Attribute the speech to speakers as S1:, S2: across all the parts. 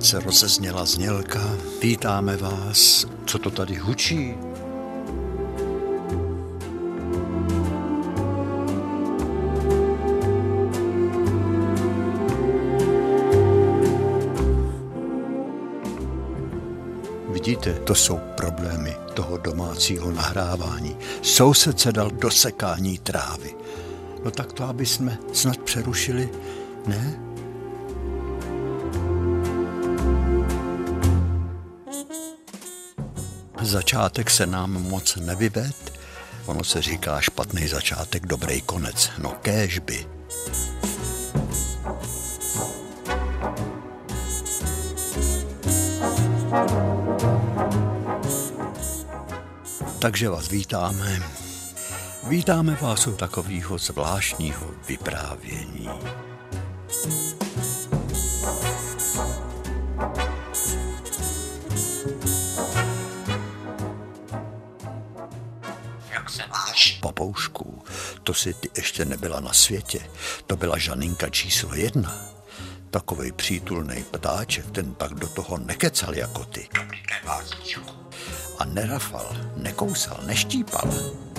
S1: se rozezněla znělka. Vítáme vás. Co to tady hučí? Vidíte, to jsou problémy toho domácího nahrávání. Soused se dal do sekání trávy. No tak to, aby jsme snad přerušili, ne? Začátek se nám moc nevyved. Ono se říká špatný začátek, dobrý konec. No kéžby. Takže vás vítáme. Vítáme vás u takového zvláštního vyprávění.
S2: Jak se máš?
S1: Papoušku, to si ty ještě nebyla na světě. To byla Žaninka číslo 1. Takovej přítulnej ptáček, ten pak do toho nekecal jako ty.
S2: Dobrý den, Vázíčku.
S1: A nerafal, nekousal, neštípal.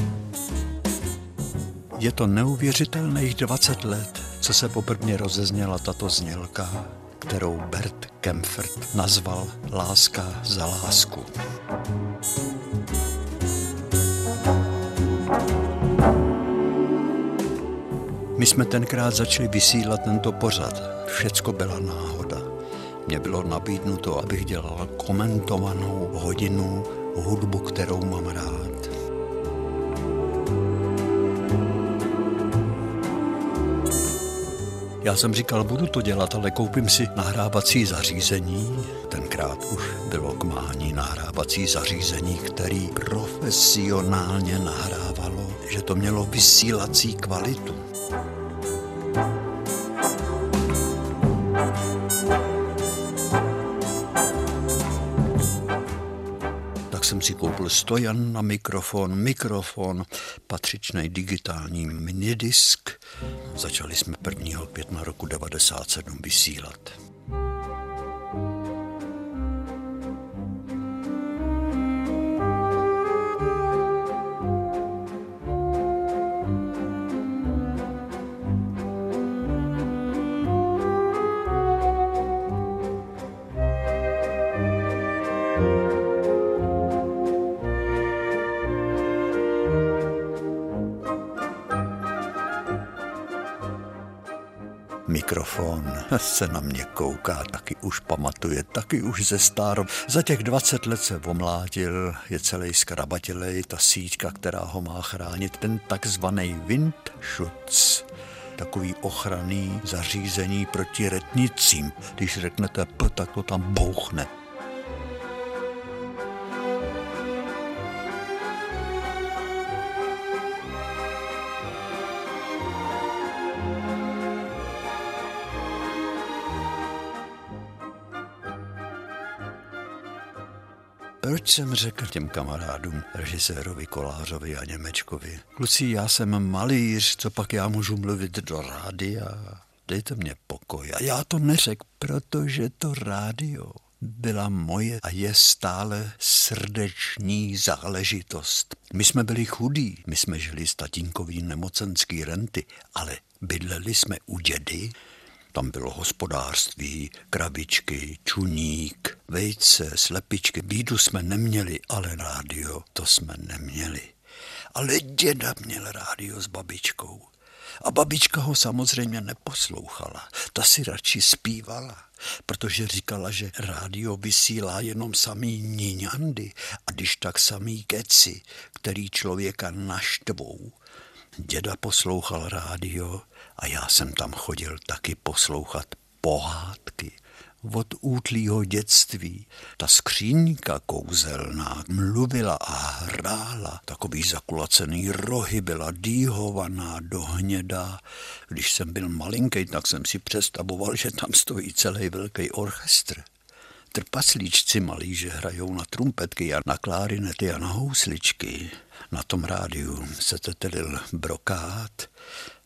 S1: Je to neuvěřitelných 20 let, co se poprvé rozezněla tato znělka, kterou Bert Kaempfert nazval Láska za lásku. My jsme tenkrát začali vysílat tento pořad. Všecko byla náhoda. Mně bylo nabídnuto, abych dělal komentovanou hodinu hudbu, kterou mám rád. Já jsem říkal, budu to dělat, ale koupím si nahrávací zařízení. Tenkrát už bylo k mání nahrávací zařízení, který profesionálně nahrávalo, že to mělo vysílací kvalitu. Tak jsem si koupil stojan na mikrofon, patřičný digitální minidisk. Začali jsme 1. května roku 1997 vysílat. Mikrofon se na mě kouká, taky už pamatuje, taky už zestárl. Za těch 20 let se omlátil, je celý skrabatělej, ta síťka, která ho má chránit, ten takzvaný Windschutz, takový ochranný zařízení proti retnicím. Když řeknete P, tak to tam bouchne. Proč jsem řekl těm kamarádům, režisérovi Kolářovi a Němečkovi? Kluci, já jsem malíř, co pak já můžu mluvit do rádia? Dejte mě pokoj. A já to neřekl, protože to rádio byla moje a je stále srdeční záležitost. My jsme byli chudí, my jsme žili z tatínkový nemocenský renty, ale bydleli jsme u dědy. Tam bylo hospodářství, krabičky, čuník, vejce, slepičky. Bídu jsme neměli, ale rádio to jsme neměli. Ale děda měl rádio s babičkou. A babička ho samozřejmě neposlouchala. Ta si radši zpívala, protože říkala, že rádio vysílá jenom samý niňandy a když tak samý keci, který člověka naštvou. Děda poslouchal rádio a já jsem tam chodil taky poslouchat pohádky. Od útlýho dětství ta skříňka kouzelná mluvila a hrála. Takový zakulacený rohy, byla dýhovaná do hněda. Když jsem byl malinký, tak jsem si představoval, že tam stojí celý velký orchestr. Trpaslíčci malí, že hrajou na trumpetky a na klárinety a na housličky. Na tom rádiu se tetelil brokát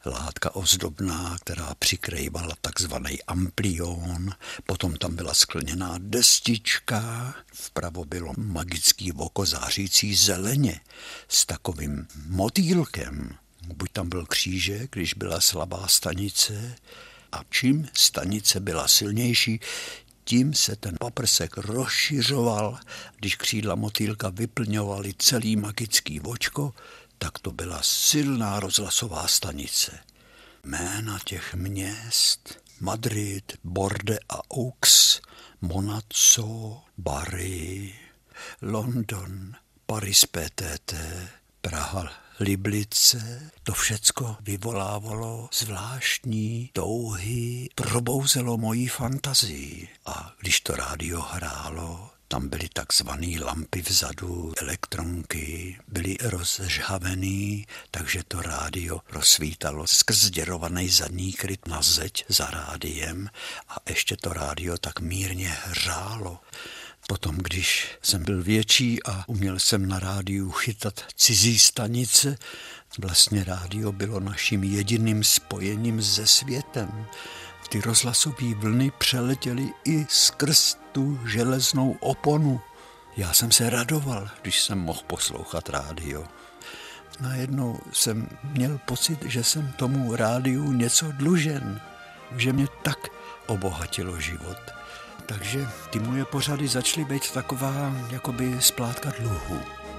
S1: látka ozdobná, která přikrývala takzvaný amplion, potom tam byla skleněná destička, vpravo bylo magický oko zářící zeleně s takovým motýlkem. Buď tam byl křížek, když byla slabá stanice, a čím stanice byla silnější, tím se ten paprsek rozšiřoval. Když křídla motýlka vyplňovaly celý magický vočko, tak to byla silná rozhlasová stanice. Jména těch měst: Madrid, Bordeaux a Aix, Monaco, Bari, London, Paris PTT, Praha, Liblice, to všecko vyvolávalo zvláštní touhy, probouzelo moji fantazii. A když to rádio hrálo, tam byly takzvané lampy vzadu, elektronky, byly rozžhavený, takže to rádio rozsvítalo skrz děrovaný zadní kryt na zeď za rádiem a ještě to rádio tak mírně hrálo. Potom, když jsem byl větší a uměl jsem na rádiu chytat cizí stanice, vlastně rádio bylo naším jediným spojením se světem. Ty rozhlasové vlny přeletěly i skrz tu železnou oponu. Já jsem se radoval, když jsem mohl poslouchat rádio. Najednou jsem měl pocit, že jsem tomu rádiu něco dlužen, že mě tak obohatilo život. Takže ty moje pořady začaly být taková jakoby splátka dluhů.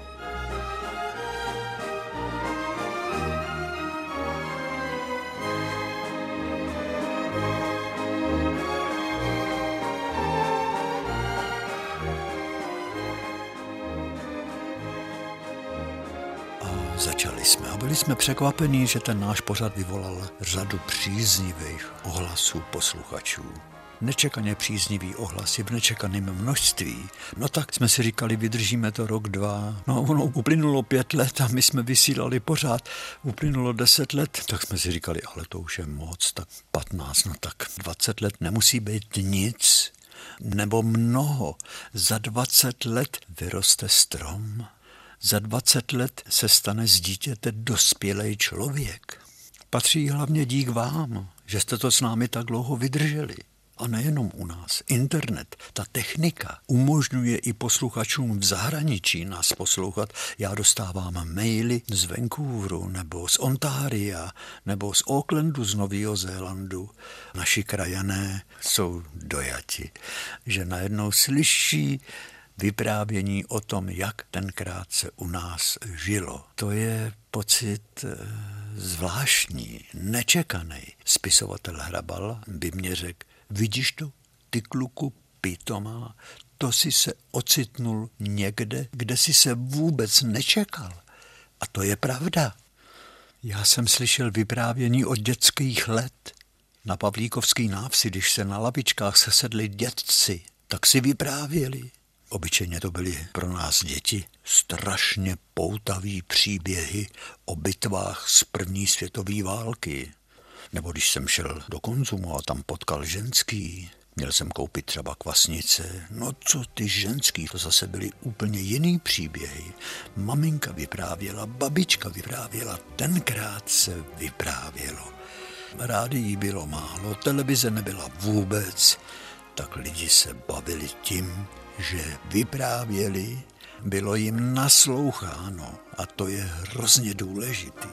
S1: Začali jsme a byli jsme překvapení, že ten náš pořad vyvolal řadu příznivých ohlasů posluchačů. Nečekaně příznivý ohlasy v nečekaném množství. No tak jsme si říkali, vydržíme to rok, 2. No ono uplynulo 5 let a my jsme vysílali pořád. Uplynulo 10 let, tak jsme si říkali, ale to už je moc, tak 15, no tak 20 let nemusí být nic. Nebo mnoho. Za 20 let vyroste strom. Za 20 let se stane z dítěte dospělý člověk. Patří hlavně dík vám, že jste to s námi tak dlouho vydrželi. A nejenom u nás. Internet, ta technika umožňuje i posluchačům v zahraničí nás poslouchat. Já dostávám maily z Vancouveru, nebo z Ontaria, nebo z Aucklandu, z Nového Zélandu. Naši krajané jsou dojati, že najednou slyší vyprávění o tom, jak tenkrát se u nás žilo. To je pocit zvláštní, nečekaný. Spisovatel Hrabal by mě řekl, vidíš to, ty kluku pitomá, to si se ocitnul někde, kde si se vůbec nečekal. A to je pravda. Já jsem slyšel vyprávění od dětských let. Na Pavlíkovský návsi, když se na lavičkách sesedli dětci, tak si vyprávěli. Obyčejně to byly pro nás děti strašně poutavý příběhy o bitvách z první světové války. Nebo když jsem šel do konzumu a tam potkal ženský, měl jsem koupit třeba kvasnice. No co ty ženský, to zase byly úplně jiný příběhy. Maminka vyprávěla, babička vyprávěla, tenkrát se vyprávělo. Rádií bylo málo, televize nebyla vůbec, tak lidi se bavili tím, že vyprávěli, bylo jim nasloucháno a to je hrozně důležitý.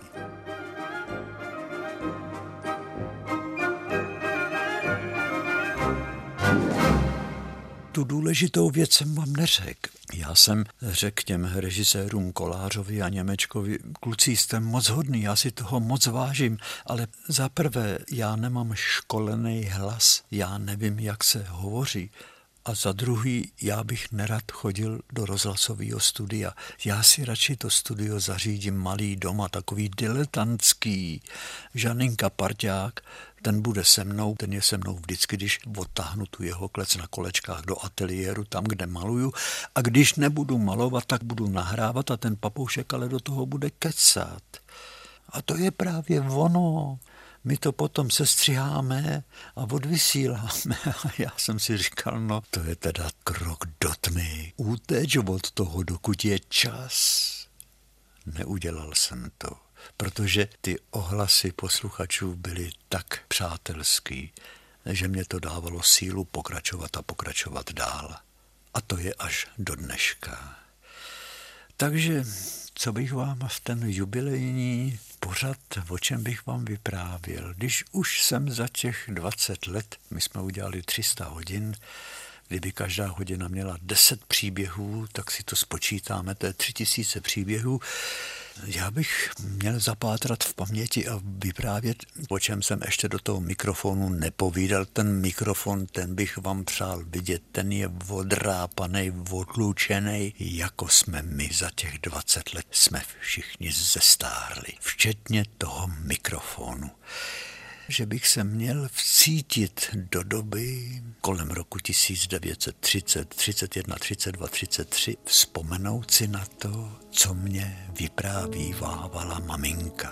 S1: Tu důležitou věc jsem vám neřekl. Já jsem řekl těm režisérům Kolářovi a Němečkovi, kluci, jste moc hodný, já si toho moc vážím, ale za prvé, já nemám školený hlas, já nevím, jak se hovoří. A za druhý, já bych nerad chodil do rozhlasového studia. Já si radši to studio zařídím malý doma, takový diletantský. Žaninka Parťák, ten bude se mnou, ten je se mnou vždycky, když odtáhnu tu jeho klec na kolečkách do ateliéru, tam, kde maluju. A když nebudu malovat, tak budu nahrávat a ten papoušek ale do toho bude kecat. A to je právě ono. My to potom sestřiháme a odvysíláme. A já jsem si říkal, no to je teda krok do tmy. Uteč od toho, dokud je čas. Neudělal jsem to. protože ty ohlasy posluchačů byly tak přátelský, že mě to dávalo sílu pokračovat a pokračovat dál. A to je až do dneška. Takže co bych vám v ten jubilejní pořad, o čem bych vám vyprávěl? Když už jsem za těch 20 let, my jsme udělali 300 hodin, kdyby každá hodina měla 10 příběhů, tak si to spočítáme, to je 3000 příběhů. Já bych měl zapátrat v paměti a vyprávět, o čem jsem ještě do toho mikrofonu nepovídal. Ten mikrofon, ten bych vám přál vidět, ten je odrápaný, odlučený, jako jsme my za těch 20 let, jsme všichni zestárli, včetně toho mikrofonu. Že bych se měl vcítit do doby kolem roku 1930, 31, 32, 33, vzpomenout si na to, co mě vyprávívala maminka.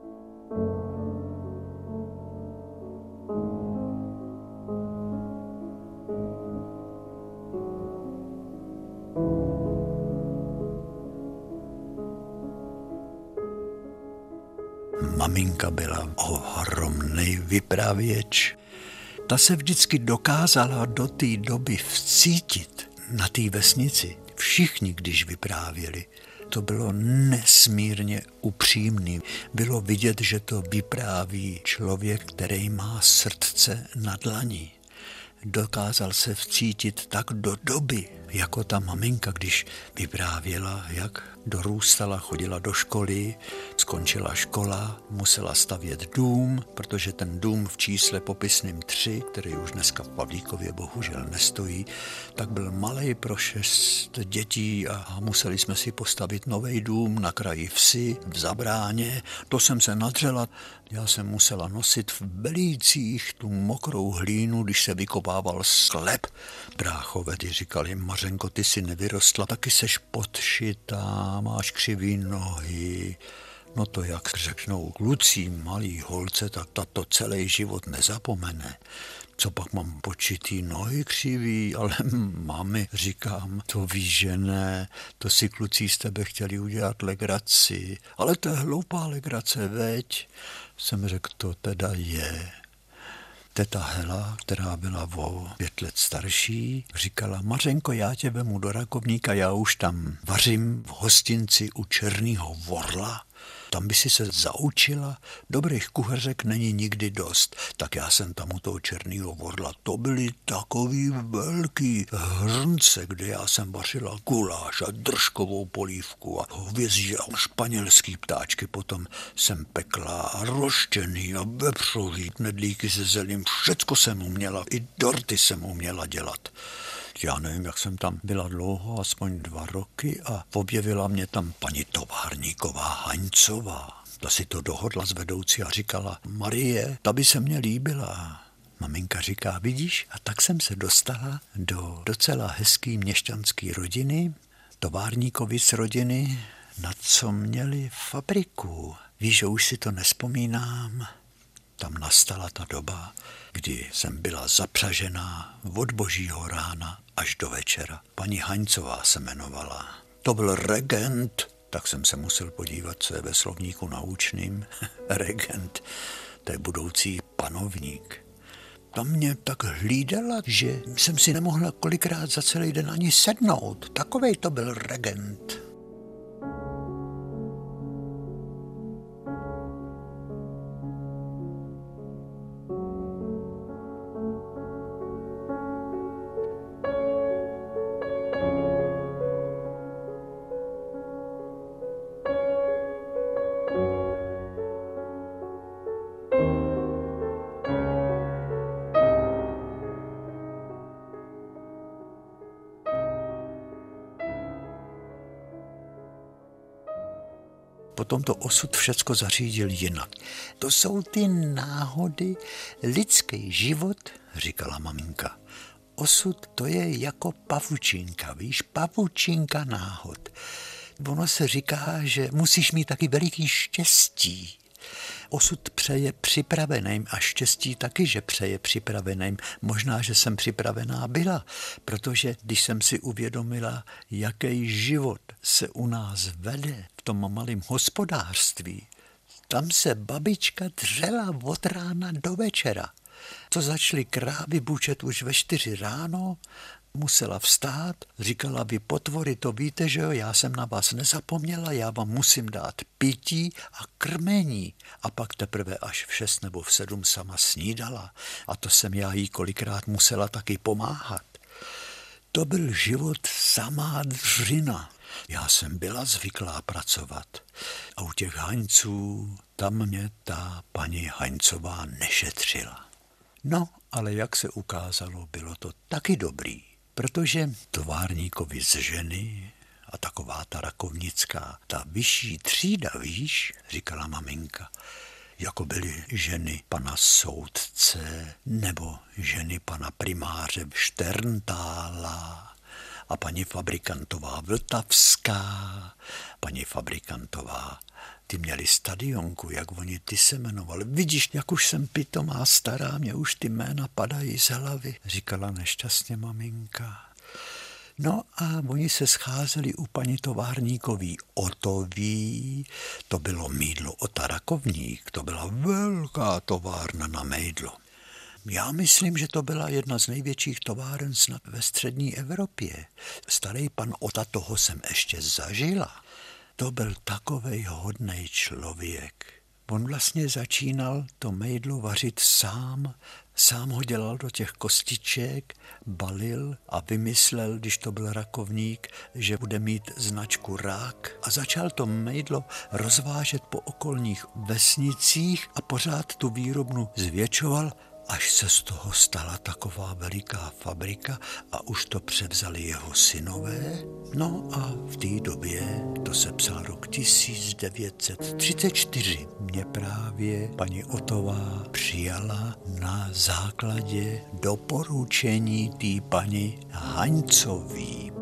S1: Maminka byla ohromný vypravěč. Ta se vždycky dokázala do té doby vcítit na té vesnici. Všichni, když vyprávěli, to bylo nesmírně upřímný. Bylo vidět, že to vypráví člověk, který má srdce na dlani. Dokázal se vcítit tak do doby, jako ta maminka, když vyprávěla, jak dorůstala, chodila do školy, skončila škola, musela stavět dům, protože ten dům v čísle popisným 3, který už dneska v Pavlíkově bohužel nestojí, tak byl malej pro 6 dětí a museli jsme si postavit nový dům na kraji vsi, v Zabráně. To jsem se nadřela. Já jsem musela nosit v belících tu mokrou hlínu, když se vykopával sklep. Bráchové ty říkali, Mařenko, ty si nevyrostla, taky seš podšitá, máš křivý nohy. No to jak řeknou kluci, malý holce, tak tato celý život nezapomene. Co pak mám počitý nohy křivý, ale mami, říkám, to víš, že ne, to si kluci z tebe chtěli udělat legraci, ale to je hloupá legrace, veď? Jsem řekl, to teda je. Teta Hela, která byla o 5 let starší, říkala, Mařenko, já tě vemu do Rakovníka, já už tam vařím v hostinci u Černýho Vorla. Tam by si se zaučila, dobrých kuchařek není nikdy dost. Tak já jsem tam u toho Černýho Vorla, to byly takový velký hrnce, kde já jsem vařila guláš a držkovou polívku a hovězí a španělský ptáčky. Potom jsem pekla a roštěný a vepřový, knedlíky se zelím, všecko jsem uměla, i dorty jsem uměla dělat. Já nevím, jak jsem tam byla dlouho, aspoň 2 roky a objevila mě tam paní továrníková Haňcová. Ta si to dohodla s vedoucí a říkala, Marie, ta by se mně líbila. Maminka říká, vidíš, a tak jsem se dostala do docela hezký měšťanský rodiny, továrníkovic rodiny, na co měli fabriku. Víš, že už si to nespomínám. Tam nastala ta doba, kdy jsem byla zapřažená od božího rána až do večera. Paní Haňcová se jmenovala. To byl regent, tak jsem se musel podívat, co je ve slovníku naučným. Regent, to je budoucí panovník. Tam mě tak hlídala, že jsem si nemohla kolikrát za celý den ani sednout. Takovej to byl regent. Potom to osud všecko zařídil jinak. To jsou ty náhody, lidský život, říkala maminka. Osud to je jako pavučinka, víš, pavučinka náhod. Ono se říká, že musíš mít taky veliký štěstí. Osud přeje připraveným a štěstí taky, že přeje připraveným. Možná, že jsem připravená byla, protože když jsem si uvědomila, jaký život se u nás vede v tom malém hospodářství, Tam se babička dřela od rána do večera. Co začaly krávy bučet už ve 4 ráno, musela vstát, říkala, vy potvory, to víte, že jo, já jsem na vás nezapomněla, já vám musím dát pití a krmení. A pak teprve až v 6 nebo v 7 sama snídala. A to jsem já jí kolikrát musela taky pomáhat. To byl život samá dřina. Já jsem byla zvyklá pracovat. A u těch Haňců, tam mě ta paní Haňcová nešetřila. No, ale jak se ukázalo, bylo to taky dobrý, protože továrníkovi z ženy a taková ta rakovnická, ta vyšší třída, víš, říkala maminka, jako byly ženy pana soudce nebo ženy pana primáře Šterntála a paní fabrikantová Vltavská, paní fabrikantová, ty měli stadionku, jak oni ty se jmenovali. Vidíš, jak už jsem pitomá stará, mě už ty jména padají z hlavy, říkala nešťastně maminka. No a oni se scházeli u paní továrníkový Otový, to bylo mýdlo Ota Rakovník, to byla velká továrna na mýdlo. Já myslím, že to byla jedna z největších továren snad ve střední Evropě. Starý pan Ota, toho jsem ještě zažila. To byl takovej hodnej člověk. On vlastně začínal to mýdlo vařit sám ho dělal do těch kostiček, balil a vymyslel, když to byl rakovník, že bude mít značku Rák a začal to mýdlo rozvážet po okolních vesnicích a pořád tu výrobnu zvětšoval, až se z toho stala taková veliká fabrika a už to převzali jeho synové. No a v té době, to se psal rok 1934, mě právě paní Otová přijala na základě doporučení té paní Haňcový.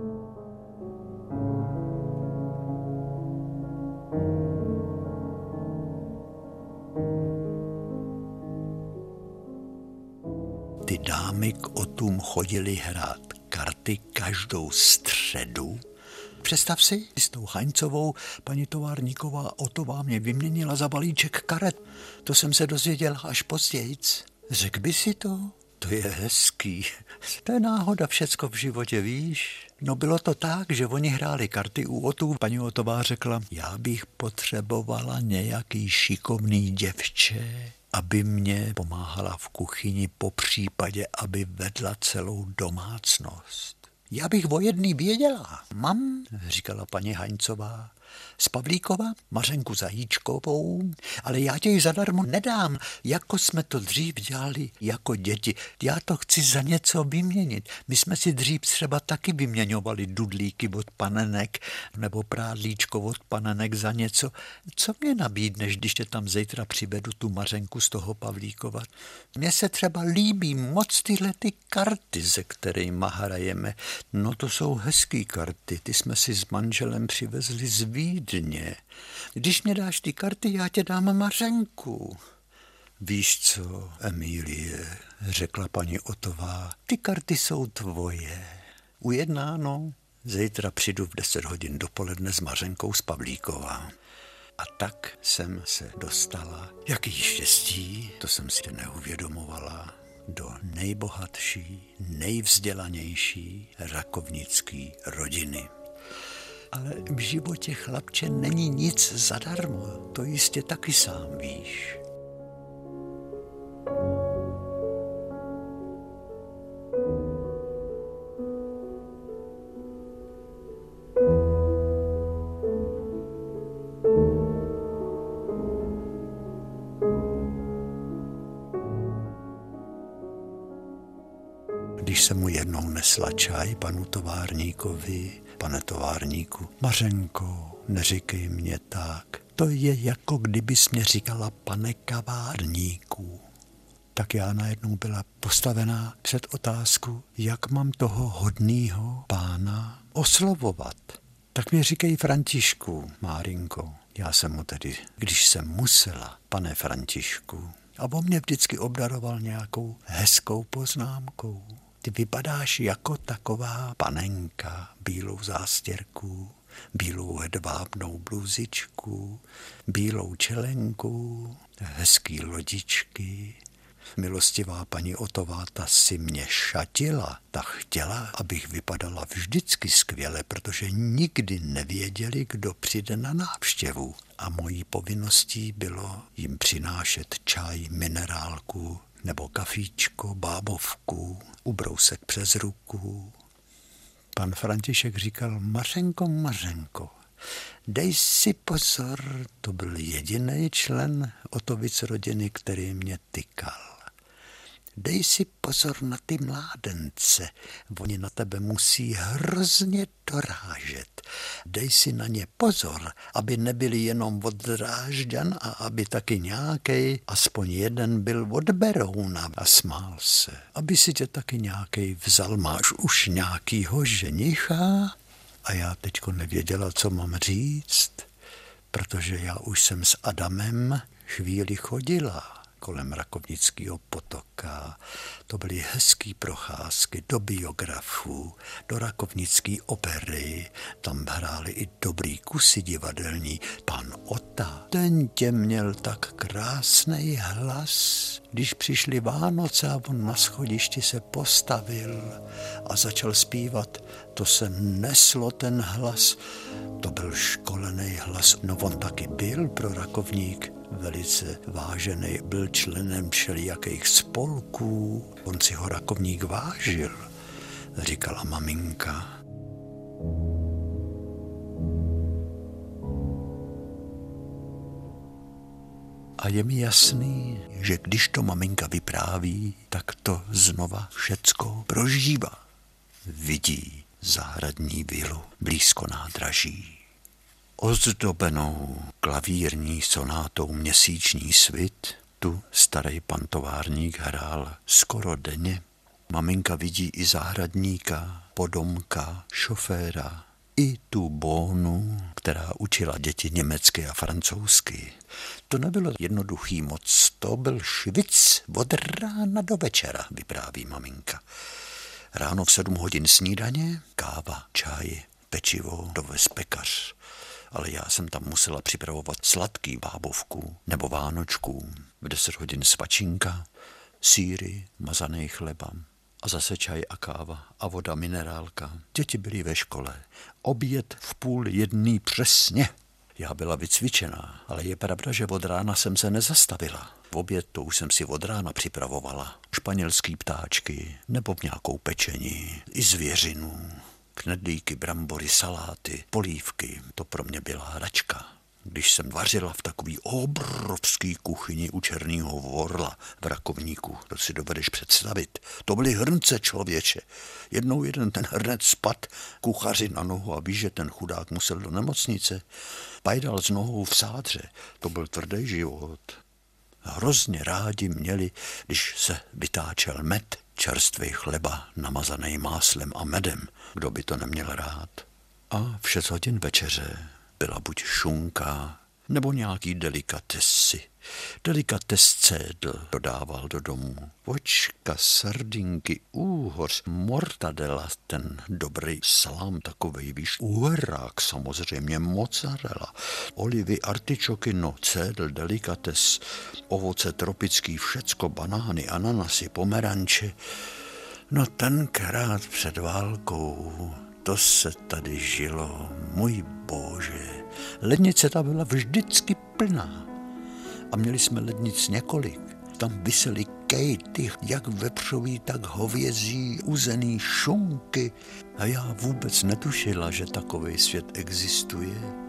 S1: Ty dámy k Otům chodily hrát karty každou středu. Představ si, s tou Haňcovou paní továrníková Otová mě vyměnila za balíček karet. To jsem se dozvěděla až pozdějc. Řekl by si to? To je hezký. To je náhoda všecko v životě, víš? No bylo to tak, že oni hráli karty u Otů. Paní Otová řekla, já bych potřebovala nějaký šikovný děvče, aby mě pomáhala v kuchyni, popřípadě, aby vedla celou domácnost. Já bych o jedný věděla. Mám, říkala paní Haňcová, z Pavlíkova Mařenku Zajíčkovou, ale já tě ji zadarmo nedám, jako jsme to dřív dělali jako děti. Já to chci za něco vyměnit. My jsme si dřív třeba taky vyměňovali dudlíky od panenek nebo prádlíčko od panenek za něco. Co mě nabídneš, když tě tam zítra přivedu tu Mařenku z toho Pavlíkova? Mně se třeba líbí moc tyhle ty karty, se kterými hrajeme. No to jsou hezký karty, ty jsme si s manželem přivezli z Vídně. Když mě dáš ty karty, já tě dám Mařenku. Víš co, Emílie, řekla paní Otová, ty karty jsou tvoje. Ujednáno, zítra přijdu v 10 hodin dopoledne s Mařenkou z Pavlíkova. A tak jsem se dostala, jaký štěstí, to jsem si neuvědomovala, do nejbohatší, nejvzdělanější rakovnické rodiny. Ale v životě, chlapče, není nic zadarmo, to jistě taky sám víš. Když jsem mu jednou nesla čaj panu továrníkovi, pane továrníku, Mařenko, neříkej mě tak. To je jako kdybys mě říkala pane kavárníku. Tak já najednou byla postavená před otázku, jak mám toho hodnýho pána oslovovat. Tak mi říkej Františku, Márinko. Já jsem mu tedy, když jsem musela, pane Františku. A on mě vždycky obdaroval nějakou hezkou poznámkou. Ty vypadáš jako taková panenka, bílou zástěrku, bílou hedvábnou bluzičku, bílou čelenku, hezký lodičky. Milostivá paní Otová, ta si mě šatila, ta chtěla, abych vypadala vždycky skvěle, protože nikdy nevěděli, kdo přijde na návštěvu. A mojí povinností bylo jim přinášet čaj, minerálku nebo kafíčko, bábovku, ubrousek přes ruku. Pan František říkal: Mařenko, dej si pozor, to byl jediný člen Otovic rodiny, který mě tykal. Dej si pozor na ty mládence, oni na tebe musí hrozně dorážet. Dej si na ně pozor, aby nebyli jenom od Drážďan a aby taky nějakej, aspoň jeden byl od Berouna. A smál se, aby si tě taky nějakej vzal, máš už nějakýho ženicha? A já teďko nevěděla, co mám říct, protože já už jsem s Adamem chvíli chodila kolem Rakovnického potoka. To byly hezký procházky do biografů, do Rakovnické opery. Tam hráli i dobrý kusy divadelní. Pan Ota, ten tě měl tak krásný hlas. Když přišly Vánoce a on na schodišti se postavil a začal zpívat, to se neslo ten hlas. To byl školený hlas. No on taky byl pro Rakovník velice vážený, byl členem všelijakých spolků. On si ho Rakovník vážil, říkala maminka. A je mi jasný, že když to maminka vypráví, tak to znova všecko prožívá. Vidí zahradní vilu blízko nádraží, ozdobenou klavírní sonátou Měsíční svit. Tu starý pan továrník hrál skoro denně. Maminka vidí i zahradníka, podomka, šoféra, i tu Bónu, která učila děti německy a francouzsky. To nebylo jednoduchý moc, to byl švic od rána do večera, vypráví maminka. Ráno v 7 hodin snídaně, káva, čaj, pečivo, dovez pekař. Ale já jsem tam musela připravovat sladký bábovku nebo vánočku. V 10 hodin svačinka, sýry, mazaný chleba a zase čaj a káva a voda minerálka. Děti byly ve škole. Oběd v 12:30 přesně. Já byla vycvičená, ale je pravda, že od rána jsem se nezastavila. V oběd to už jsem si od rána připravovala. Španělský ptáčky nebo nějakou pečení, i zvěřinu. Knedlíky, brambory, saláty, polívky, to pro mě byla hračka. Když jsem vařila v takový obrovský kuchyni u Černýho Vorla v Rakovníku, to si dovedeš představit. To byly hrnce, člověče. Jednou jeden ten hrnec spad kuchaři na nohu a víš, že ten chudák musel do nemocnice. Pajdal s nohou v sádře, to byl tvrdý život. Hrozně rádi měli, když se vytáčel med, čerstvý chleba namazaný máslem a medem. Kdo by to neměl rád? A v 6 hodin večeře byla buď šunka, nebo nějaký delikatesy. Delicates cédl dodával do domu. Vočka, sardinky, úhoř, mortadela, ten dobrý salám takovej, víš, uherák samozřejmě, mozzarella, olivy, artičoky, no, cédl, delikates, ovoce tropický, všecko, banány, ananasy, pomeranče. No tenkrát před válkou, to se tady žilo, můj bože. Lednice ta byla vždycky plná. A měli jsme lednic několik. Tam visely kejty, jak vepřový, tak hovězí, uzený, šunky. A já vůbec netušila, že takovej svět existuje.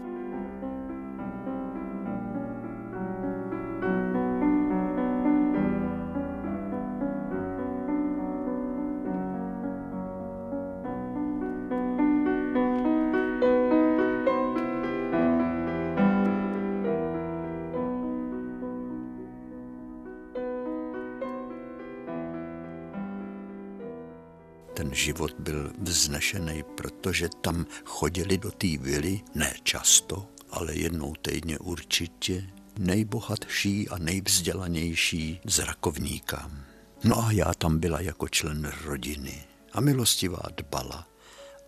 S1: Ten život byl vznešený, protože tam chodili do té vily, ne často, ale jednou týdně určitě, nejbohatší a nejvzdělanější z Rakovníka. No a já tam byla jako člen rodiny a milostivá dbala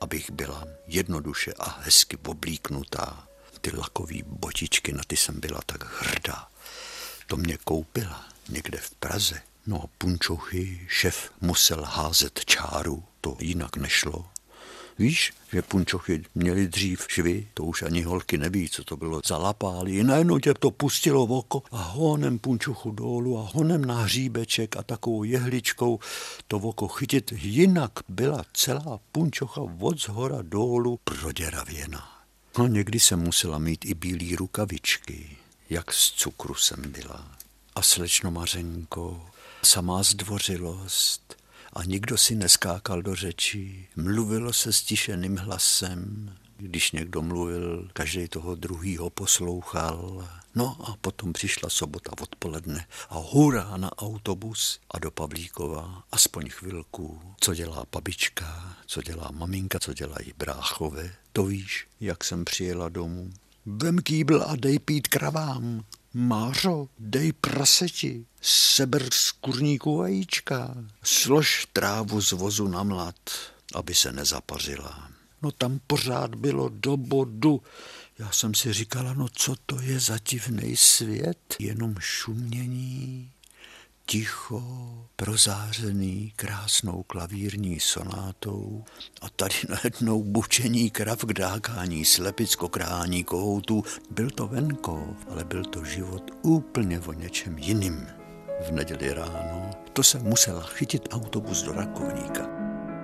S1: abych byla jednoduše a hezky oblíknutá. Ty lakový botičky, na ty jsem byla tak hrdá. To mě koupila někde v Praze. No a punčochy šéf musel házet čáru, to jinak nešlo. Víš, že punčochy měly dřív švy, to už ani holky neví, co to bylo za lapálí. Najednou tě to pustilo v oko a honem punčochu dolů a honem na hříbeček a takovou jehličkou to v oko chytit. Jinak byla celá punčocha od zhora dolů proděravěná. No někdy jsem musela mít i bílý rukavičky, jak z cukru jsem byla. A slečno Mařenko, samá zdvořilost. A nikdo si neskákal do řečí, mluvilo se stišeným hlasem. Když někdo mluvil, každý toho druhýho poslouchal. No a potom přišla sobota odpoledne a hurá na autobus a do Pavlíkova, aspoň chvilku. Co dělá babička, co dělá maminka, co dělají bráchové. To víš, jak jsem přijela domů. Vem kýbl a dej pít kravám. Mářo, dej praseti, seber z kurníku vajíčka, slož trávu z vozu na mlad, aby se nezapařila. No tam pořád bylo do bodu. Já jsem si říkala, no co to je za divnej svět? Jenom šumění, ticho, prozářený krásnou klavírní sonátou a tady najednou bučení krav k dákání, slepic, kokrání kohoutů. Byl to venkov, ale byl to život úplně o něčem jiným. V neděli ráno to jsem musela chytit autobus do Rakovníka.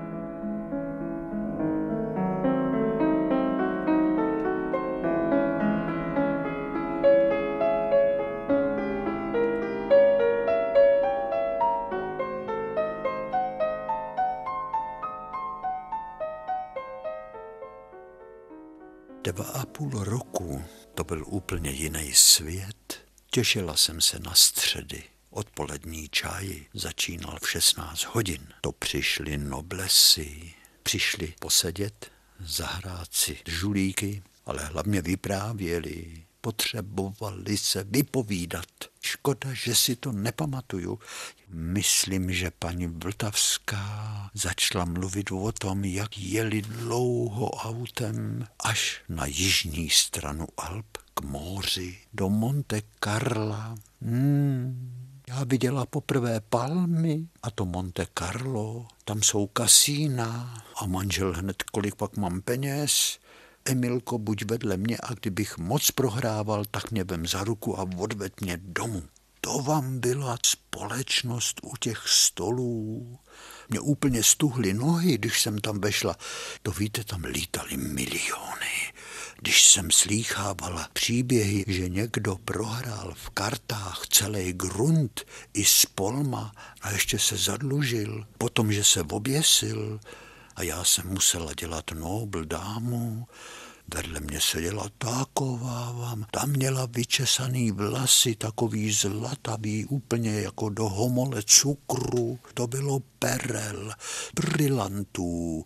S1: Dva a půl roku to byl úplně jiný svět. Těšila jsem se na středy. Odpolední čaj začínal v 16 hodin. To přišli noblesy, přišli posedět, zahrát si žulíky, ale hlavně vyprávěli. Potřebovali se vypovídat. Škoda, že si to nepamatuju. Myslím, že paní Vltavská začala mluvit o tom, jak jeli dlouho autem až na jižní stranu Alp k moři, do Monte Carla. Já viděla poprvé palmy a to Monte Carlo, tam jsou kasína a manžel hned, kolik pak mám peněz. Emilko, buď vedle mě a kdybych moc prohrával, tak mě vem za ruku a odved mě domů. To vám byla společnost u těch stolů. Mě úplně stuhly nohy, když jsem tam vešla. To víte, tam lítaly miliony. Když jsem slýchávala příběhy, že někdo prohrál v kartách celý grunt i z Polma a ještě se zadlužil, potom, že se oběsil, a já jsem musela dělat nobl dámu. Vedle mě seděla taková vám, tam měla vyčesaný vlasy, takový zlatavý, úplně jako do homole cukru. To bylo perel, brilantů,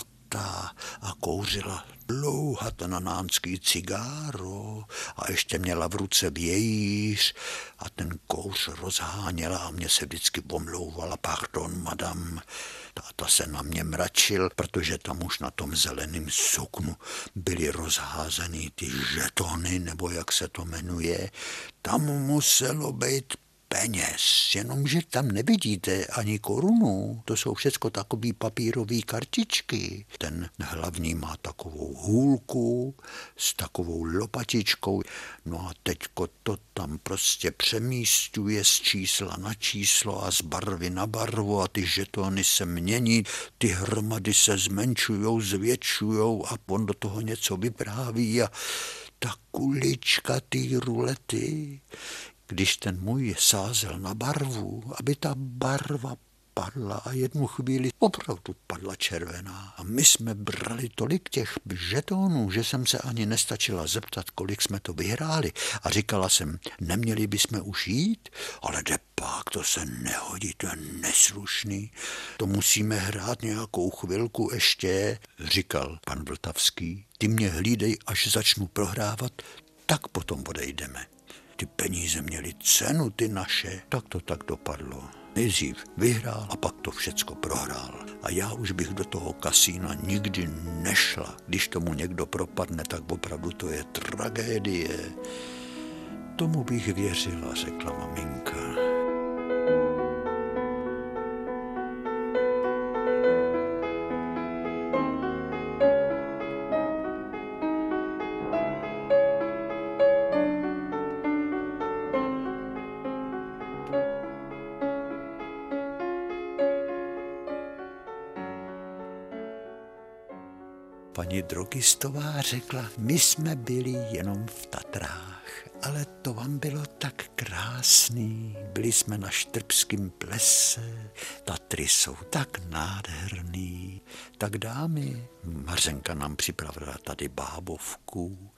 S1: zlata a kouřila dlouhatanánský cigáro a ještě měla v ruce vějíř a ten kouř rozháněla a mě se vždycky omlouvala, pardon, madam. Táta se na mě mračil, protože tam už na tom zeleném suknu byly rozházený ty žetony, nebo jak se to jmenuje. Tam muselo být peněz, jenomže tam nevidíte ani korunu. To jsou všecko takový papírový kartičky. Ten hlavní má takovou hůlku s takovou lopatičkou. No a teďko to tam prostě přemístuje z čísla na číslo a z barvy na barvu a ty žetony se mění, ty hromady se zmenšujou, zvětšujou a on do toho něco vypráví a ta kulička ty rulety, když ten můj sázel na barvu, aby ta barva padla a jednu chvíli opravdu padla červená. A my jsme brali tolik těch žetonů, že jsem se ani nestačila zeptat, kolik jsme to vyhráli. A říkala jsem, neměli bychom už jít? Ale pak to se nehodí, to je neslušný. To musíme hrát nějakou chvilku ještě, říkal pan Vltavský. Ty mě hlídej, až začnu prohrávat, tak potom odejdeme. Ty peníze měly cenu, ty naše. Tak to tak dopadlo. Nejdřív vyhrál a pak to všecko prohrál. A já už bych do toho kasína nikdy nešla. Když tomu někdo propadne, tak opravdu to je tragédie. Tomu bych věřila, řekla maminka. Paní drogistová řekla, my jsme byli jenom v Tatrách, ale to vám bylo tak krásný. Byli jsme na Štrbském plese, Tatry jsou tak nádherný. Tak dámy, Mařenka nám připravila tady bábovku,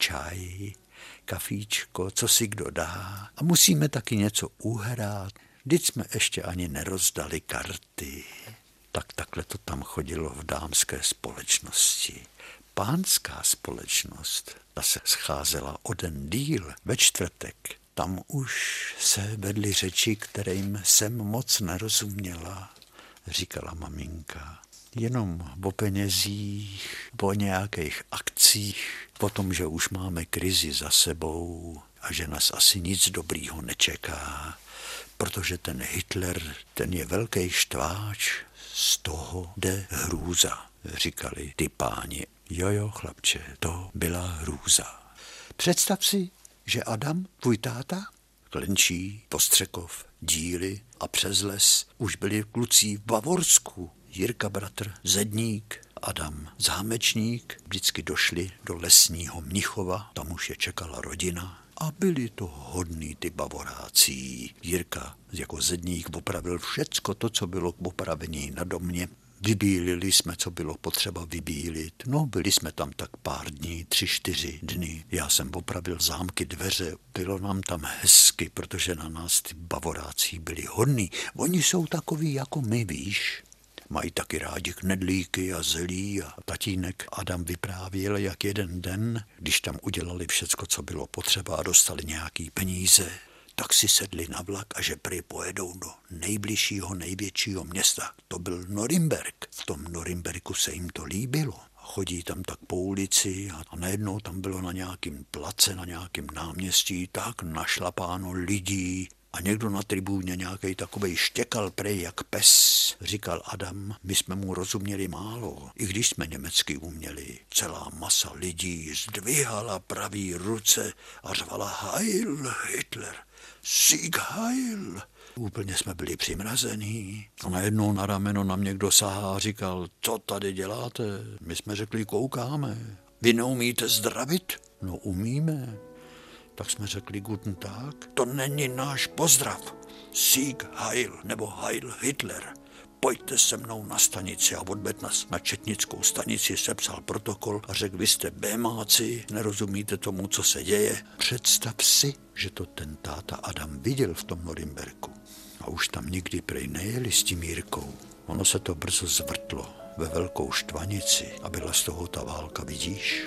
S1: čaj, kafíčko, co si kdo dá. A musíme taky něco uhrát. Vždyť jsme ještě ani nerozdali karty. Tak takhle to tam chodilo v dámské společnosti. Pánská společnost, ta se scházela o den díl, ve čtvrtek. Tam už se vedly řeči, kterým jsem moc nerozuměla, říkala maminka. Jenom o penězích, o nějakých akcích, o tom, že už máme krizi za sebou a že nás asi nic dobrýho nečeká, protože ten Hitler, ten je velký štváč, z toho jde hrůza, říkali ty páni. Jo, chlapče, to byla hrůza. Představ si, že Adam, tvůj táta, Klenčí, Postřekov, Díly a přes les už byli kluci v Bavorsku. Jirka bratr, Zedník, Adam Zámečník, vždycky došli do lesního Mnichova, tam už je čekala rodina. A byli to hodný ty Bavoráci. Jirka jako Zedník opravil všecko to, co bylo k opravení na domě. Vybílili jsme, co bylo potřeba vybílit. No, byli jsme tam tak pár dní, 3-4 dny. Já jsem opravil zámky, dveře. Bylo nám tam hezky, protože na nás ty Bavoráci byli hodní. Oni jsou takový jako my, víš. Mají taky rádi knedlíky a zelí a tatínek Adam vyprávěl, jak jeden den, když tam udělali všecko, co bylo potřeba a dostali nějaký peníze, tak si sedli na vlak a že prý pojedou do nejbližšího, největšího města. To byl Norimberk. V tom Norimberku se jim to líbilo. Chodí tam tak po ulici a najednou tam bylo na nějakým place, na nějakém náměstí tak našlapáno lidí. A někdo na tribuně nějakej takovej štěkal prej jak pes, říkal Adam, my jsme mu rozuměli málo, i když jsme německy uměli. Celá masa lidí zdvihala pravý ruce a řvala Heil Hitler, Sieg Heil. Úplně jsme byli přimrazení a najednou na rameno nám někdo sahá a říkal, co tady děláte? My jsme řekli, koukáme. Vy neumíte zdravit? No umíme. Tak jsme řekli Guten Tag, to není náš pozdrav. Sieg Heil nebo Heil Hitler. Pojďte se mnou na stanici a odved nás na četnickou stanici, sepsal protokol a řekl, vy jste bémáci, nerozumíte tomu, co se děje. Představ si, že to ten táta Adam viděl v tom Norimberku. A už tam nikdy prej nejeli s tím Jirkou. Ono se to brzo zvrtlo ve velkou štvanici a byla z toho ta válka, vidíš?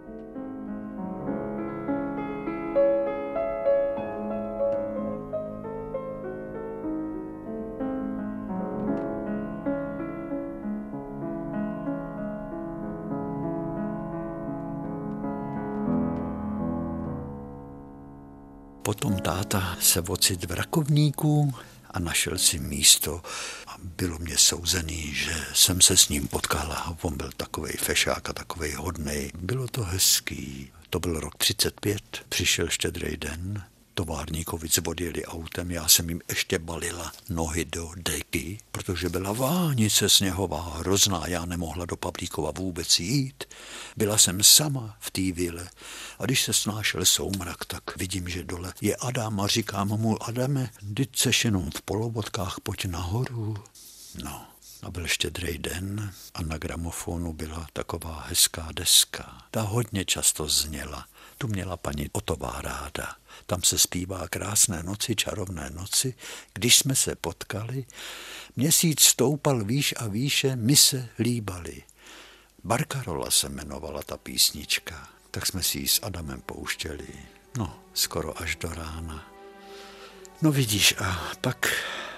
S1: Potom táta se ocit v Rakovníku a našel si místo a bylo mě souzený, že jsem se s ním potkala. On byl takovej fešák a takovej hodnej. Bylo to hezký. To byl rok 35, přišel Štědrý den. Továrníkovic odjeli autem, já jsem jim ještě balila nohy do deky, protože byla vánice sněhová, hrozná, já nemohla do Pavlíkova vůbec jít. Byla jsem sama v té vile a když se snášel soumrak, tak vidím, že dole je Adam a říkám mu, Adame, vždyť seš jenom v polobotkách, pojď nahoru. No. A byl Štědrý den a na gramofonu byla taková hezká deska. Ta hodně často zněla. Tu měla paní Otová ráda. Tam se zpívá krásné noci, čarovné noci. Když jsme se potkali, měsíc stoupal výš a výše, my se líbali. Barcarola se jmenovala ta písnička. Tak jsme si ji s Adamem pouštěli. No, skoro až do rána. No vidíš, a pak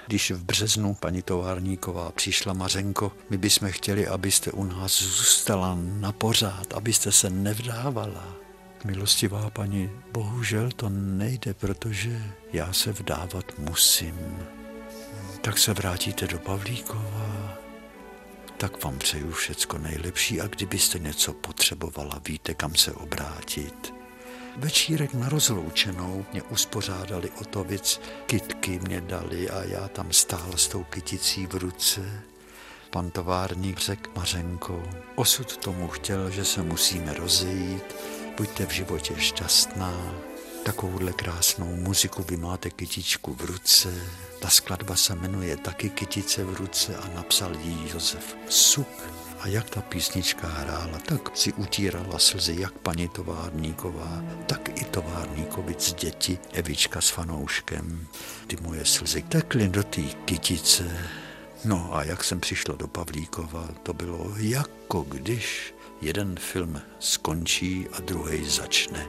S1: Když v březnu paní továrníková přišla: Mařenko, my bychom chtěli, abyste u nás zůstala na pořád, abyste se nevdávala. Milostivá paní, bohužel to nejde, protože já se vdávat musím. Tak se vrátíte do Pavlíkova, tak vám přeju všecko nejlepší a kdybyste něco potřebovala, víte, kam se obrátit. Večírek na rozloučenou mě uspořádali o to víc, kytky mě dali a já tam stál s tou kyticí v ruce. Pan továrník řekl: Mařenko, osud tomu chtěl, že se musíme rozejít, buďte v životě šťastná. Takovouhle krásnou muziku, vy máte kytičku v ruce. Ta skladba se jmenuje taky Kytice v ruce a napsal ji Josef Suk. A jak ta písnička hrála, tak si utírala slzy jak paní továrníková, tak i továrníkovic děti, Evička s fanouškem. Ty moje slzy tekly do té kytice. No a jak jsem přišla do Pavlíkova, to bylo jako když jeden film skončí a druhý začne.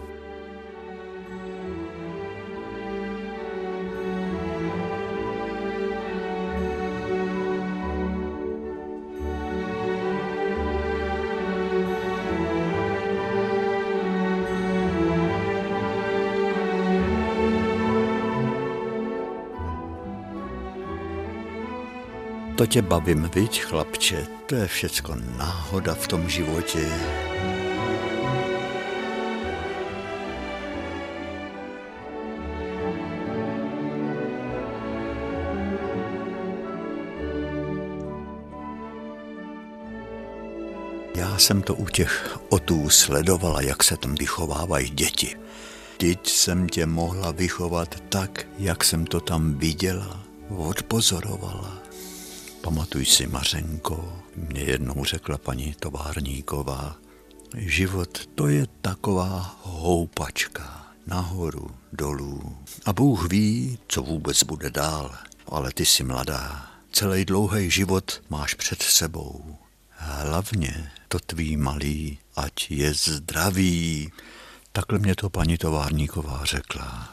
S1: To tě bavím, viď, chlapče, to je všecko náhoda v tom životě. Já jsem to u těch otů sledovala, jak se tam vychovávají děti. Teď jsem tě mohla vychovat tak, jak jsem to tam viděla, odpozorovala. Pamatuj si, Mařenko, mě jednou řekla paní továrníková, život to je taková houpačka, nahoru, dolů. A Bůh ví, co vůbec bude dál, ale ty jsi mladá, celý dlouhý život máš před sebou. Hlavně to tvý malý, ať je zdravý. Takhle mě to paní továrníková řekla.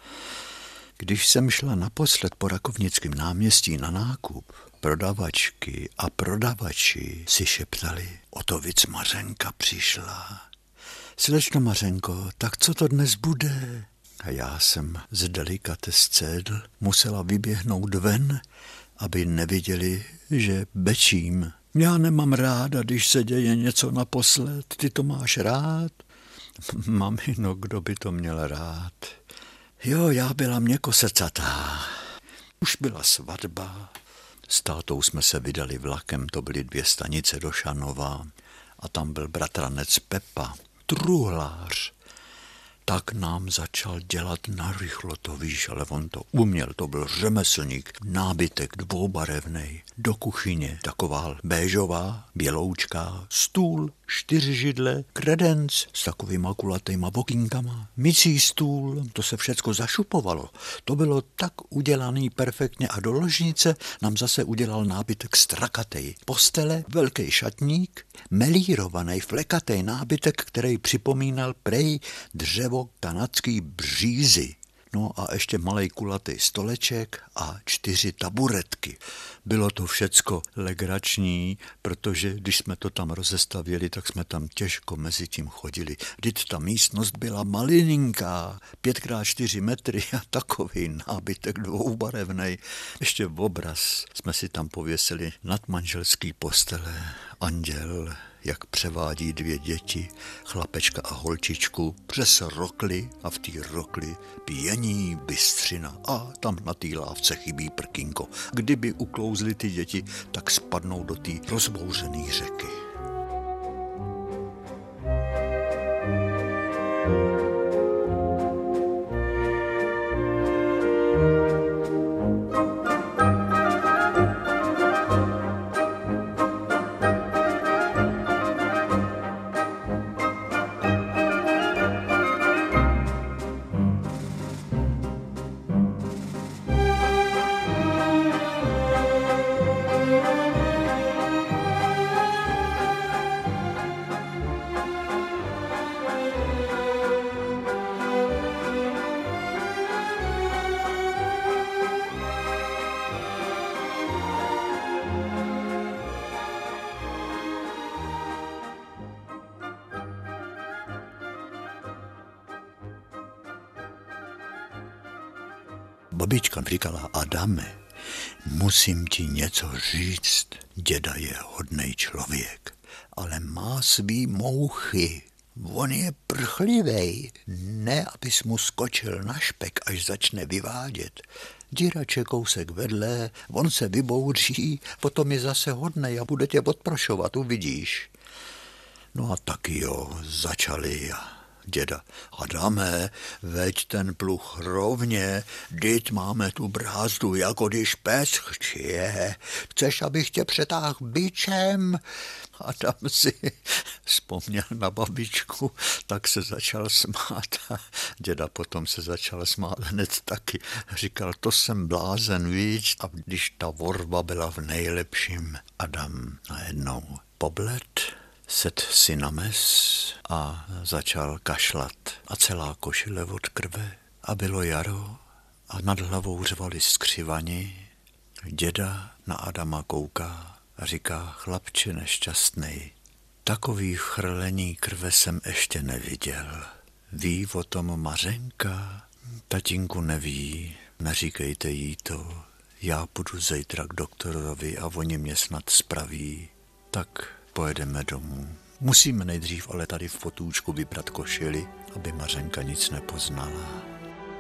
S1: Když jsem šla naposled po Rakovnickém náměstí na nákup, prodavačky a prodavači si šeptali: o to víc Mařenka přišla. Slečno Mařenko, tak co to dnes bude? A já jsem z delikatescédl musela vyběhnout ven, aby neviděli, že bečím. Já nemám ráda, když se děje něco naposled. Ty to máš rád? Mamino, kdo by to měl rád? Jo, já byla měkkosrdcatá. Už byla svatba. S tátou jsme se vydali vlakem, to byly 2 stanice do Šanova. A tam byl bratranec Pepa, truhlář. Tak nám začal dělat narychlo, to víš, ale on to uměl, to byl řemeslník, nábytek dvoubarevnej, do kuchyně taková béžová, běloučká, stůl, 4 židle, kredenc s takovýma kulatýma okýnkama, mycí stůl, to se všecko zašupovalo. To bylo tak udělaný perfektně a do ložnice nám zase udělal nábytek strakatej. Postele, velký šatník, melírovaný, flekatej nábytek, který připomínal prej dřevo kanadský břízy. No a ještě malej kulatý stoleček a 4 taburetky. Bylo to všecko legrační, protože když jsme to tam rozestavěli, tak jsme tam těžko mezi tím chodili. Vždyť ta místnost byla malininká, 5x4 metry a takový nábytek dvoubarevnej. Ještě obraz jsme si tam pověsili nad manželský postele. Anděl, jak převádí 2 děti, chlapečka a holčičku, přes rokli a v té rokli pění bystřina a tam na té lávce chybí prkínko. Kdyby uklouzly ty děti, tak spadnou do té rozbouřené řeky. babička říkala: Adame, musím ti něco říct, děda je hodnej člověk, ale má svý mouchy. On je prchlivej, ne abys mu skočil na špek, až začne vyvádět. Dírače kousek vedle, on se vybouří, potom je zase hodnej a bude tě odprošovat, uvidíš. No a taky jo, začali děda: Adame, veď ten pluh rovně, dyť máme tu brázdu, jako když pes chčije. Chceš, abych tě přetáhl bičem? Adam si vzpomněl na babičku, tak se začal smát. A děda potom se začal smát hned taky. Říkal: to jsem blázen, víš? A když ta vorba byla v nejlepším, Adam najednou pobled, set si na mes a začal kašlat. A celá košile od krve. A bylo jaro a nad hlavou řvali skřivani. Děda na Adama kouká a říká: chlapče nešťastnej, takový chrlení krve jsem ještě neviděl. Ví o tom Mařenka? Tatínku neví, neříkejte jí to. Já půjdu zítra k doktorovi a oni mě snad spraví. Tak pojedeme domů. Musíme nejdřív ale tady v potůčku vyprat košili, aby Mařenka nic nepoznala.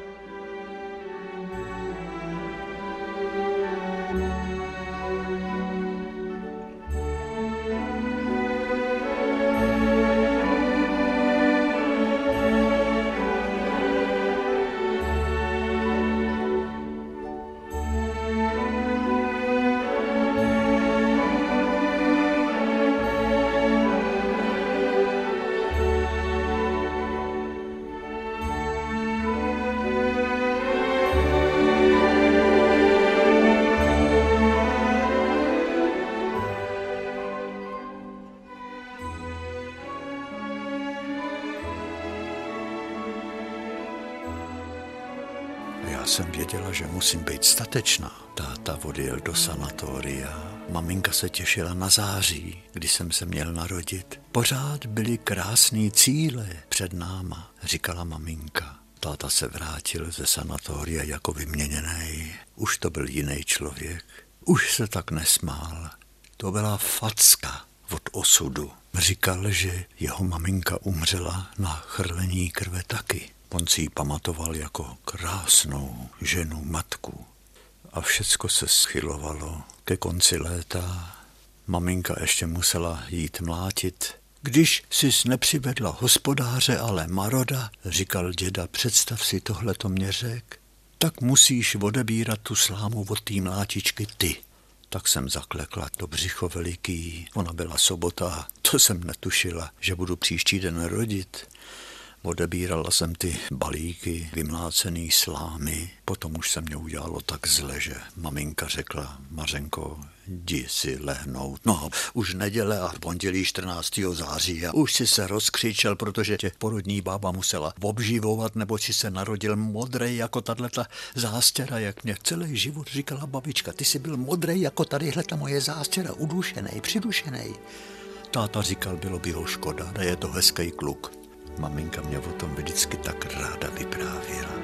S1: Já jsem věděla, že musím být statečná. Táta odjel do sanatoria. Maminka se těšila na září, kdy jsem se měl narodit. Pořád byly krásný cíle před náma, říkala maminka. Táta se vrátil ze sanatoria jako vyměněnej. Už to byl jiný člověk. Už se tak nesmál. To byla facka od osudu. Říkal, že jeho maminka umřela na chrlení krve taky. On si ji pamatoval jako krásnou ženu, matku. A všecko se schylovalo ke konci léta. Maminka ještě musela jít mlátit. Když sis nepřivedla hospodáře, ale maroda, říkal děda, představ si, tohle to mě řek, tak musíš odebírat tu slámu od té mlátičky ty. Tak jsem zaklekla to břicho veliký. Ona byla sobota, to jsem netušila, že budu příští den rodit. Odebírala jsem ty balíky, vymlácený slámy, potom už se mě udělalo tak zle, že maminka řekla: Mařenko, jdi si lehnout. No, už neděle a pondělí 14. září a už si se rozkřičel, protože tě porodní bába musela obživovat, nebo si se narodil modrej jako tato zástěra, jak mě celý život říkala babička. Ty jsi byl modrej jako tadyhleta moje zástěra, udušenej, přidušenej. Táta říkal, bylo by ho škoda, je to hezký kluk. Maminka mě o tom vždycky tak ráda vyprávěla.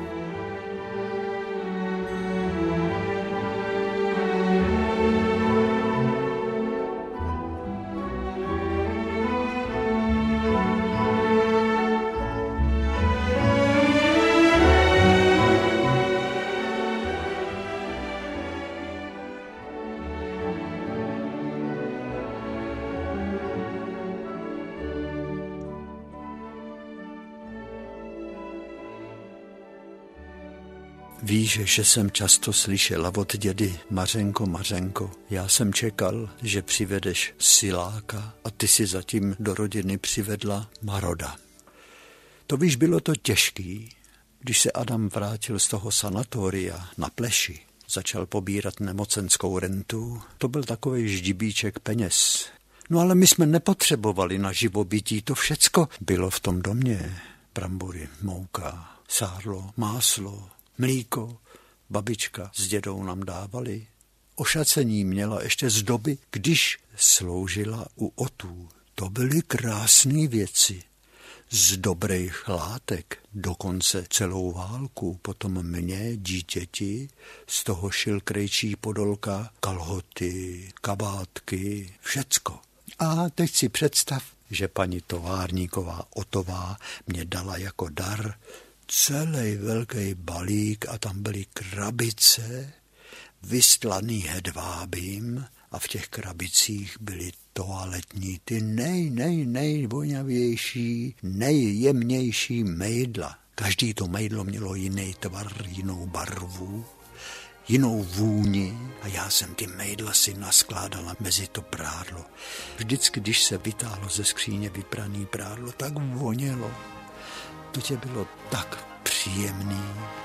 S1: Víš, že jsem často slyšela od dědy: Mařenko, Mařenko, já jsem čekal, že přivedeš siláka a ty si zatím do rodiny přivedla maroda. To víš, bylo to těžký. Když se Adam vrátil z toho sanatoria na Pleši, začal pobírat nemocenskou rentu, to byl takovej ždibíček peněz. No ale my jsme nepotřebovali na živobytí, to všecko bylo v tom domě. Brambory, mouka, sádlo, máslo, mlíko, babička s dědou nám dávali. Ošacení měla ještě z doby, když sloužila u otů. To byly krásné věci. z dobrých látek, dokonce celou válku, potom mě, dítěti, z toho šil krejčí podolka, kalhoty, kabátky, všecko. A teď si představ, že paní továrníková Otová mě dala jako dar celý velký balík a tam byly krabice vystlaný hedvábím a v těch krabicích byly toaletní, ty nejvoňavější, nejjemnější mejdla. Každý to mejdlo mělo jiný tvar, jinou barvu, jinou vůni a já jsem ty mejdla si naskládala mezi to prádlo. Vždycky, když se vytáhlo ze skříně vypraný prádlo, tak vonělo. To tě bylo tak příjemný.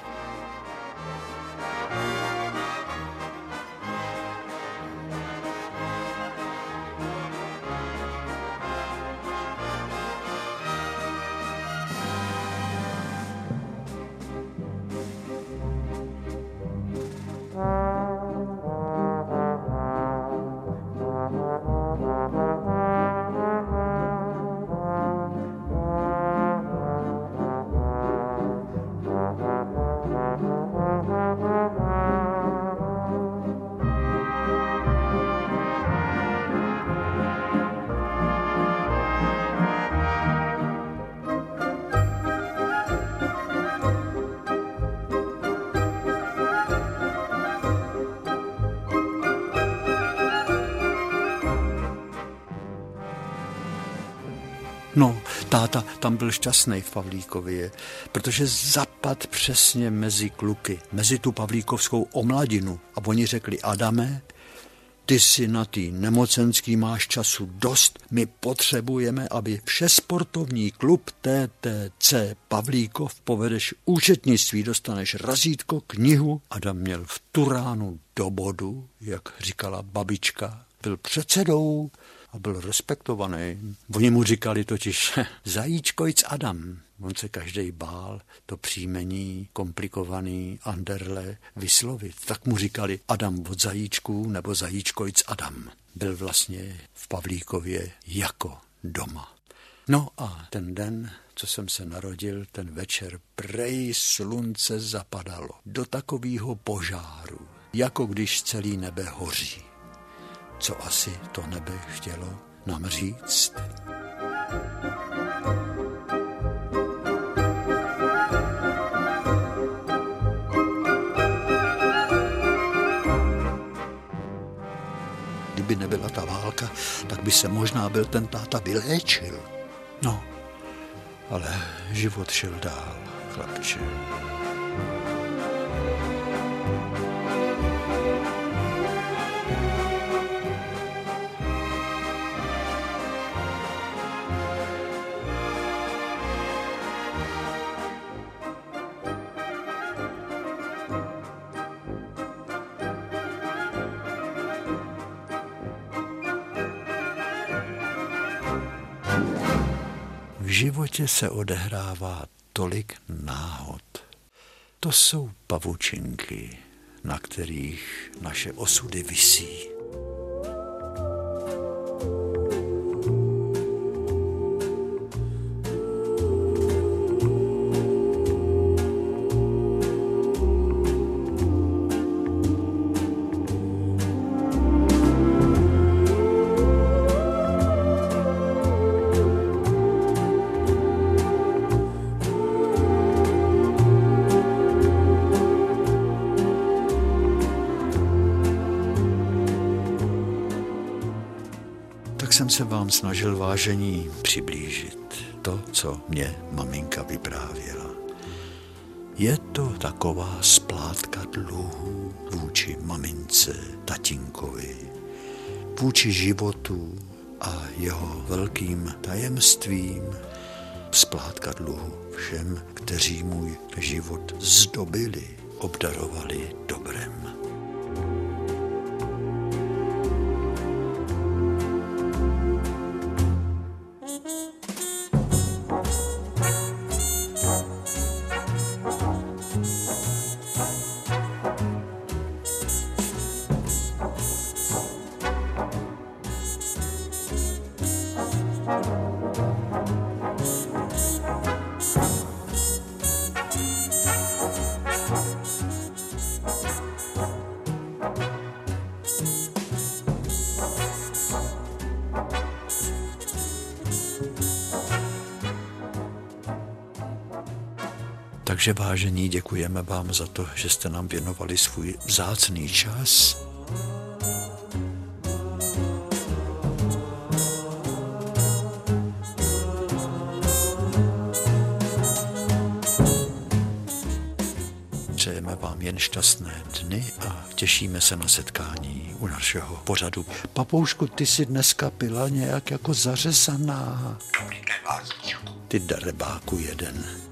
S1: No, táta tam byl šťastný v Pavlíkově, protože zapad přesně mezi kluky, mezi tu pavlíkovskou omladinu. A oni řekli, Adame, ty si na tý nemocenský máš času dost, my potřebujeme, aby všesportovní klub TTC Pavlíkov povedeš účetnictví, dostaneš razítko, knihu. Adam měl v tu ránu do bodu, jak říkala babička, byl předsedou a byl respektovaný. Oni mu říkali totiž Zajíčkojc Adam. On se každej bál to příjmení komplikovaný Anderle vyslovit. Tak mu říkali Adam od Zajíčků nebo Zajíčkojc Adam. Byl vlastně v Pavlíkově jako doma. No a ten den, co jsem se narodil, ten večer prej slunce zapadalo do takového požáru, jako když celý nebe hoří. Co asi to nebe chtělo nám říct? Kdyby nebyla ta válka, tak by se možná byl ten táta vyléčil. No, ale život šel dál, chlapče. V životě se odehrává tolik náhod. To jsou pavučinky, na kterých naše osudy visí. Tak jsem se vám snažil, vážení, přiblížit to, co mě maminka vyprávěla. Je to taková splátka dluhů vůči mamince, tatínkovi, vůči životu a jeho velkým tajemstvím, splátka dluhu všem, kteří můj život zdobili, obdarovali dobrem. Takže vážení, děkujeme vám za to, že jste nám věnovali svůj vzácný čas. Přejeme vám jen šťastné dny a těšíme se na setkání u našeho pořadu. Papoušku, ty jsi dneska pila nějak jako zařezaná.
S2: Dobrý den, Václavíčku.
S1: Ty darebáku jeden.